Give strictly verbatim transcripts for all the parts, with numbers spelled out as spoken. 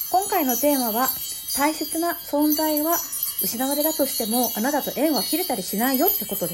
今回のテーマは、大切な存在は失われたとしてもあなたと縁は切れたりしないよってことです。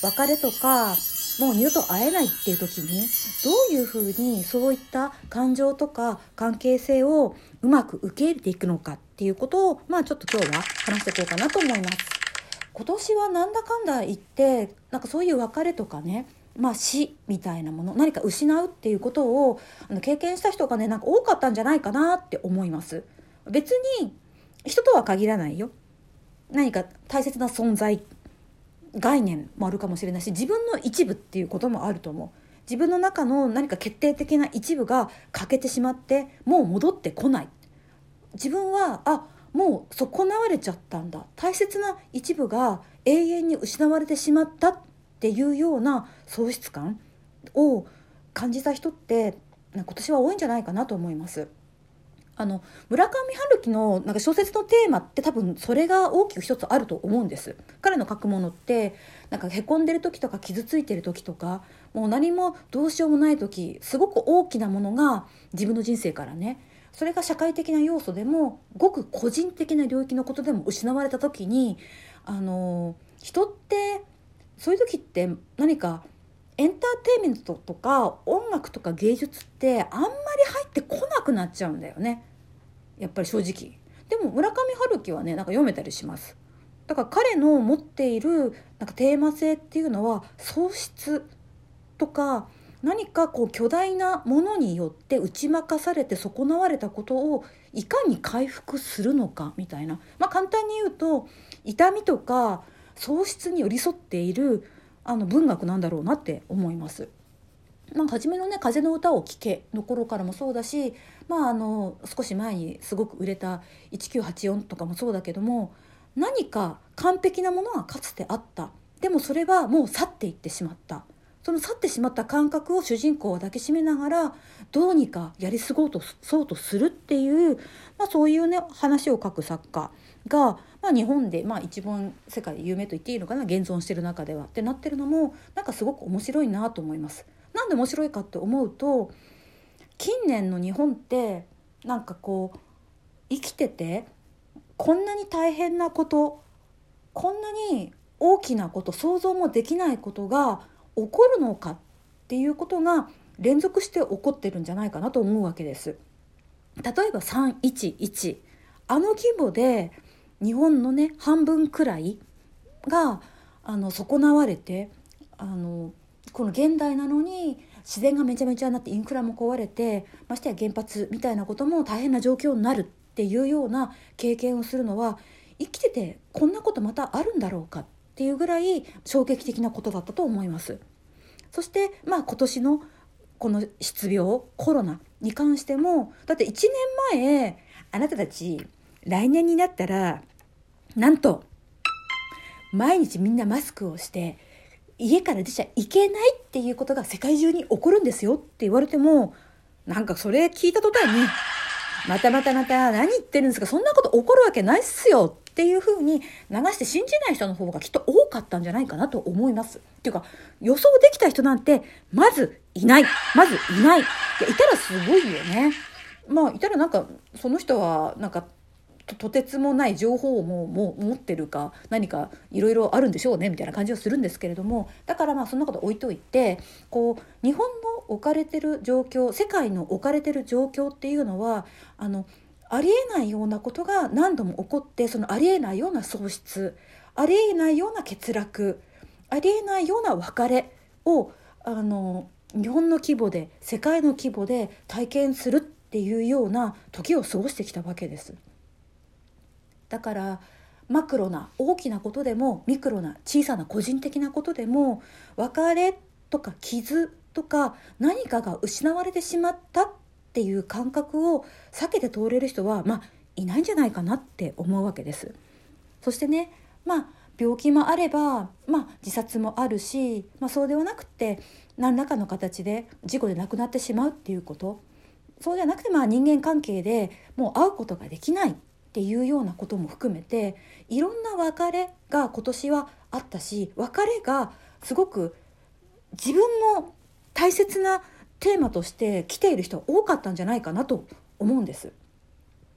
別れとかもう二度と会えないっていう時にどういうふうにそういった感情とか関係性をうまく受け入れていくのかっていうことを、まあちょっと今日は話していこうかなと思います。今年はなんだかんだ言ってなんかそういう別れとかね、まあ、死みたいなもの、何か失うっていうことをあの経験した人がね、なんか多かったんじゃないかなって思います。別に人とは限らないよ。何か大切な存在、概念もあるかもしれないし、自分の一部っていうこともあると思う。自分の中の何か決定的な一部が欠けてしまってもう戻ってこない。自分はあもう損なわれちゃったんだ、大切な一部が永遠に失われてしまったっていうような喪失感を感じた人って今年は多いんじゃないかなと思います。あの村上春樹のなんか小説のテーマって多分それが大きく一つあると思うんです。彼の書くものってなんかへこんでる時とか傷ついてる時とかもう何もどうしようもない時、すごく大きなものが自分の人生からね、それが社会的な要素でもごく個人的な領域のことでも失われた時に、あの人ってそういう時って何かエンターテインメントとか音楽とか芸術ってあんまり入ってこなくなっちゃうんだよね、やっぱり正直。でも村上春樹はねなんか読めたりします。だから彼の持っているなんかテーマ性っていうのは喪失とか何かこう巨大なものによって打ち負かされて損なわれたことをいかに回復するのかみたいな、まあ簡単に言うと痛みとか喪失に寄り添っているあの文学なんだろうなって思います。まあ、初めのね風の歌を聴けの頃からもそうだし、まあ、あの少し前にすごく売れたせんきゅうひゃくはちじゅうよんとかもそうだけども、何か完璧なものがかつてあった。でもそれはもう去っていってしまった。その去ってしまった感覚を主人公は抱きしめながらどうにかやり過ごうとそうとするっていう、まあ、そういうね話を書く作家が、まあ、日本で、まあ、一番世界で有名と言っていいのかな、現存してる中ではってなってるのもなんかすごく面白いなと思います。なんで面白いかって思うと、近年の日本ってなんかこう生きててこんなに大変なこと、こんなに大きなこと、想像もできないことが起こるのかっていうことが連続して起こってるんじゃないかなと思うわけです。例えばさんいちいち、あの規模で日本のね半分くらいがあの損なわれて、あのこの現代なのに自然がめちゃめちゃになってインフラも壊れて、ましてや原発みたいなことも大変な状況になるっていうような経験をするのは、生きててこんなことまたあるんだろうかっていうぐらい衝撃的なことだったと思います。そしてまあ今年のこの失病コロナに関しても、だっていちねんまえあなたたち来年になったらなんと毎日みんなマスクをして家から出ちゃいけないっていうことが世界中に起こるんですよって言われても、なんかそれ聞いた途端にまたまたまた何言ってるんですか、そんなこと起こるわけないっすよっていう風に流して信じない人の方がきっと多かったんじゃないかなと思います。っていうか予想できた人なんてまずいないまずいないいやいたらすごいよね。まあいたらなんかその人はなんかと, とてつもない情報をもうもう持ってるか何かいろいろあるんでしょうねみたいな感じはするんですけれども、だからまあそんなこと置いといて、こう日本の置かれてる状況、世界の置かれてる状況っていうのはあのありえないようなことが何度も起こって、そのありえないような喪失、ありえないような欠落、ありえないような別れをあの日本の規模で世界の規模で体験するっていうような時を過ごしてきたわけです。だからマクロな大きなことでもミクロな小さな個人的なことでも、別れとか傷とか何かが失われてしまったっていう感覚を避けて通れる人はまあいないんじゃないかなって思うわけです。そしてね、まあ病気もあれば、まあ、自殺もあるし、まあ、そうではなくて何らかの形で事故で亡くなってしまうっていうこと、そうじゃなくてまあ人間関係でもう会うことができないっていうようなことも含めて、いろんな別れが今年はあったし、別れがすごく自分の大切なテーマとして来ている人は多かったんじゃないかなと思うんです。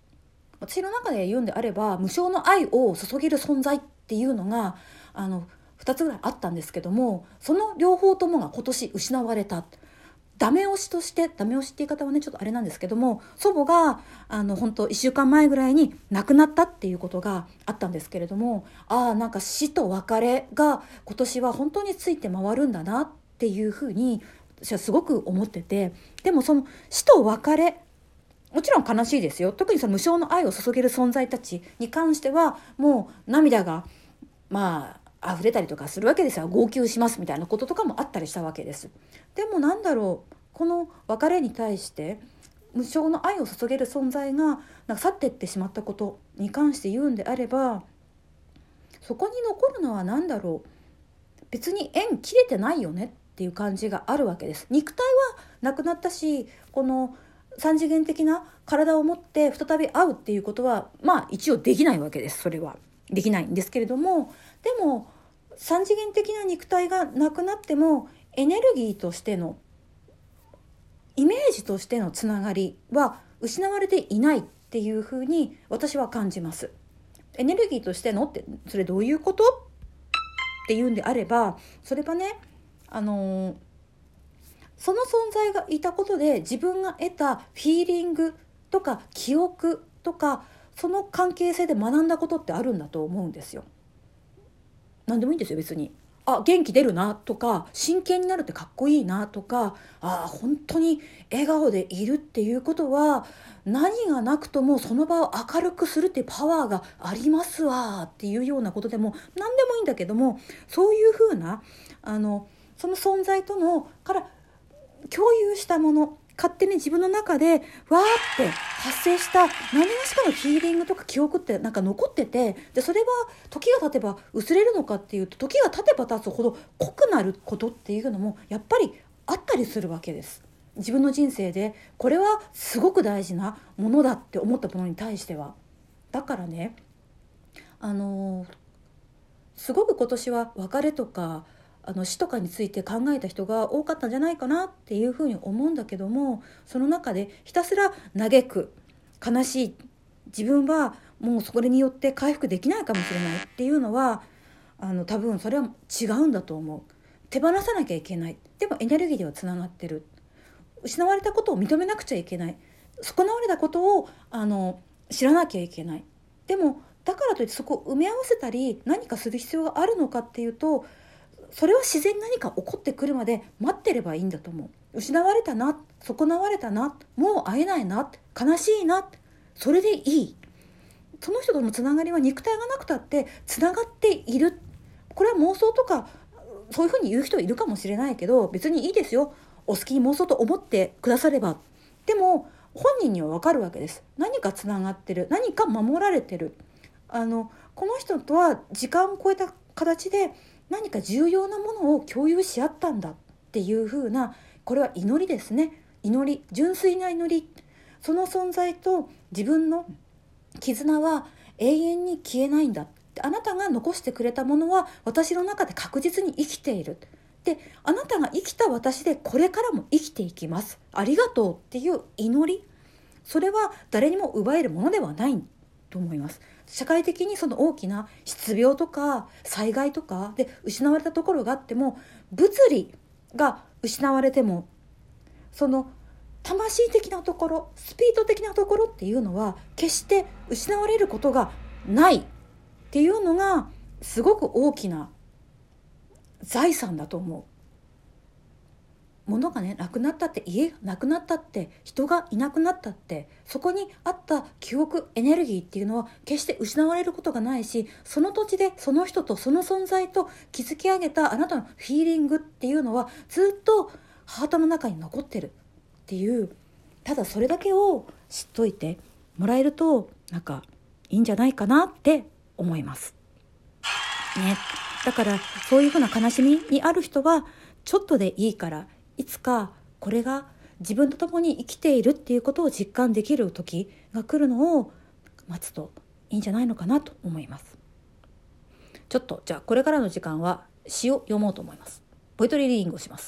私の中で言うんであれば、無償の愛を注げる存在っていうのがあのふたつぐらいあったんですけども、その両方ともが今年失われた。ダメ押しとして、ダメ押しって言い方はねちょっとあれなんですけども、祖母があの本当いっしゅうかんまえぐらいに亡くなったっていうことがあったんですけれども、ああなんか死と別れが今年は本当について回るんだなっていうふうに私はすごく思ってて、でもその死と別れ、もちろん悲しいですよ。特にその無償の愛を注げる存在たちに関してはもう涙がまあ溢れたりとかするわけですよ。号泣しますみたいなこととかもあったりしたわけです。でもなんだろう、この別れに対して無償の愛を注げる存在がなんか去っていってしまったことに関して言うんであれば、そこに残るのは何だろう、別に縁切れてないよねっていう感じがあるわけです。肉体はなくなったし、この三次元的な体を持って再び会うっていうことはまあ一応できないわけです。それはできないんですけれども、でも三次元的な肉体がなくなってもエネルギーとしてのイメージとしてのつながりは失われていないっていうふうに私は感じます。エネルギーとしてのってそれどういうことっていうんであれば、それはね、あのー、その存在がいたことで自分が得たフィーリングとか記憶とか、その関係性で学んだことってあるんだと思うんですよ。何でもいいんですよ別に。あ、元気出るなとか、真剣になるってかっこいいなとか、あ、本当に笑顔でいるっていうことは何がなくともその場を明るくするっていうパワーがありますわっていうようなことでも何でもいいんだけども、そういうふうなあのその存在とのから共有したもの、勝手に自分の中でわーって発生した何がしかのフィーリングとか記憶ってなんか残ってて、でそれは時が経てば薄れるのかっていうと、時が経てば経つほど濃くなることっていうのもやっぱりあったりするわけです。自分の人生でこれはすごく大事なものだって思ったものに対しては。だからね、あのー、すごく今年は別れとかあの死とかについて考えた人が多かったんじゃないかなっていうふうに思うんだけども、その中でひたすら嘆く、悲しい、自分はもうそれによって回復できないかもしれないっていうのはあの多分それは違うんだと思う。手放さなきゃいけない。でもエネルギーではつながってる。失われたことを認めなくちゃいけない。損なわれたことをあの知らなきゃいけない。でもだからといってそこを埋め合わせたり何かする必要があるのかっていうと、それは自然に何か起こってくるまで待ってればいいんだと思う。失われたな、損なわれたな、もう会えないな、悲しいな、それでいい。その人とのつながりは肉体がなくたってつながっている。これは妄想とかそういうふうに言う人いるかもしれないけど、別にいいですよ。お好きに妄想と思ってくだされば。でも本人には分かるわけです。何かつながってる、何か守られてる。あのこの人とは時間を超えた形で何か重要なものを共有し合ったんだっていう風な、これは祈りですね。祈り、純粋な祈り。その存在と自分の絆は永遠に消えないんだ。あなたが残してくれたものは私の中で確実に生きている。で、あなたが生きた私でこれからも生きていきます。ありがとうっていう祈り。それは誰にも奪えるものではないと思います。社会的にその大きな失病とか災害とかで失われたところがあっても、物理が失われてもその魂的なところ、スピード的なところっていうのは決して失われることがないっていうのがすごく大きな財産だと思う。物がねなくなったって、家がなくなったって、人がいなくなったって、そこにあった記憶、エネルギーっていうのは決して失われることがないし、その土地でその人とその存在と築き上げたあなたのフィーリングっていうのはずっとハートの中に残ってるっていう、ただそれだけを知っといてもらえるとなんかいいんじゃないかなって思いますね。だからそういうふうな悲しみにある人はちょっとでいいから、いつかこれが自分と共に生きているっていうことを実感できる時が来るのを待つといいんじゃないのかなと思います。ちょっとじゃあこれからの時間は詩を読もうと思います。ポエトリーリーディングをします。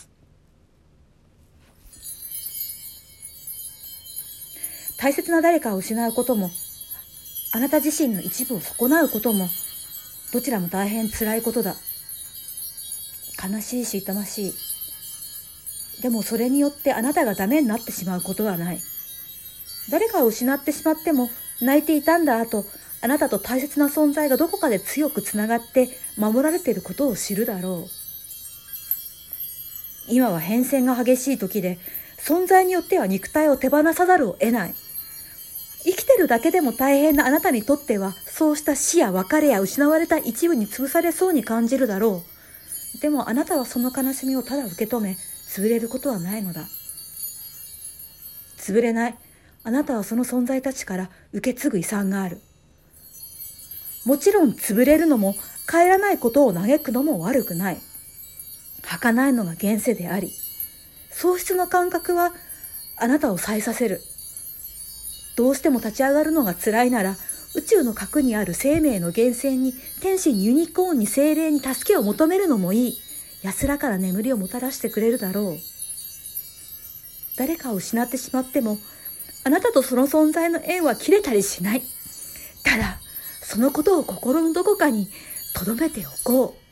大切な誰かを失うこともあなた自身の一部を損なうことも、どちらも大変辛いことだ。悲しいし痛ましい。でもそれによってあなたがダメになってしまうことはない。誰かを失ってしまっても、泣いていたんだ後、あなたと大切な存在がどこかで強くつながって守られていることを知るだろう。今は変遷が激しい時で、存在によっては肉体を手放さざるを得ない。生きてるだけでも大変なあなたにとっては、そうした死や別れや失われた一部に潰されそうに感じるだろう。でもあなたはその悲しみをただ受け止め、潰れることはないのだ。潰れない。あなたはその存在たちから受け継ぐ遺産がある。もちろん潰れるのも帰らないことを嘆くのも悪くない。儚いのが現世であり、喪失の感覚はあなたを再させる。どうしても立ち上がるのが辛いなら、宇宙の核にある生命の源泉に、天使にユニコーンに精霊に助けを求めるのもいい。安らかな眠りをもたらしてくれるだろう。誰かを失ってしまっても、あなたとその存在の縁は切れたりしない。ただ、そのことを心のどこかに留めておこう。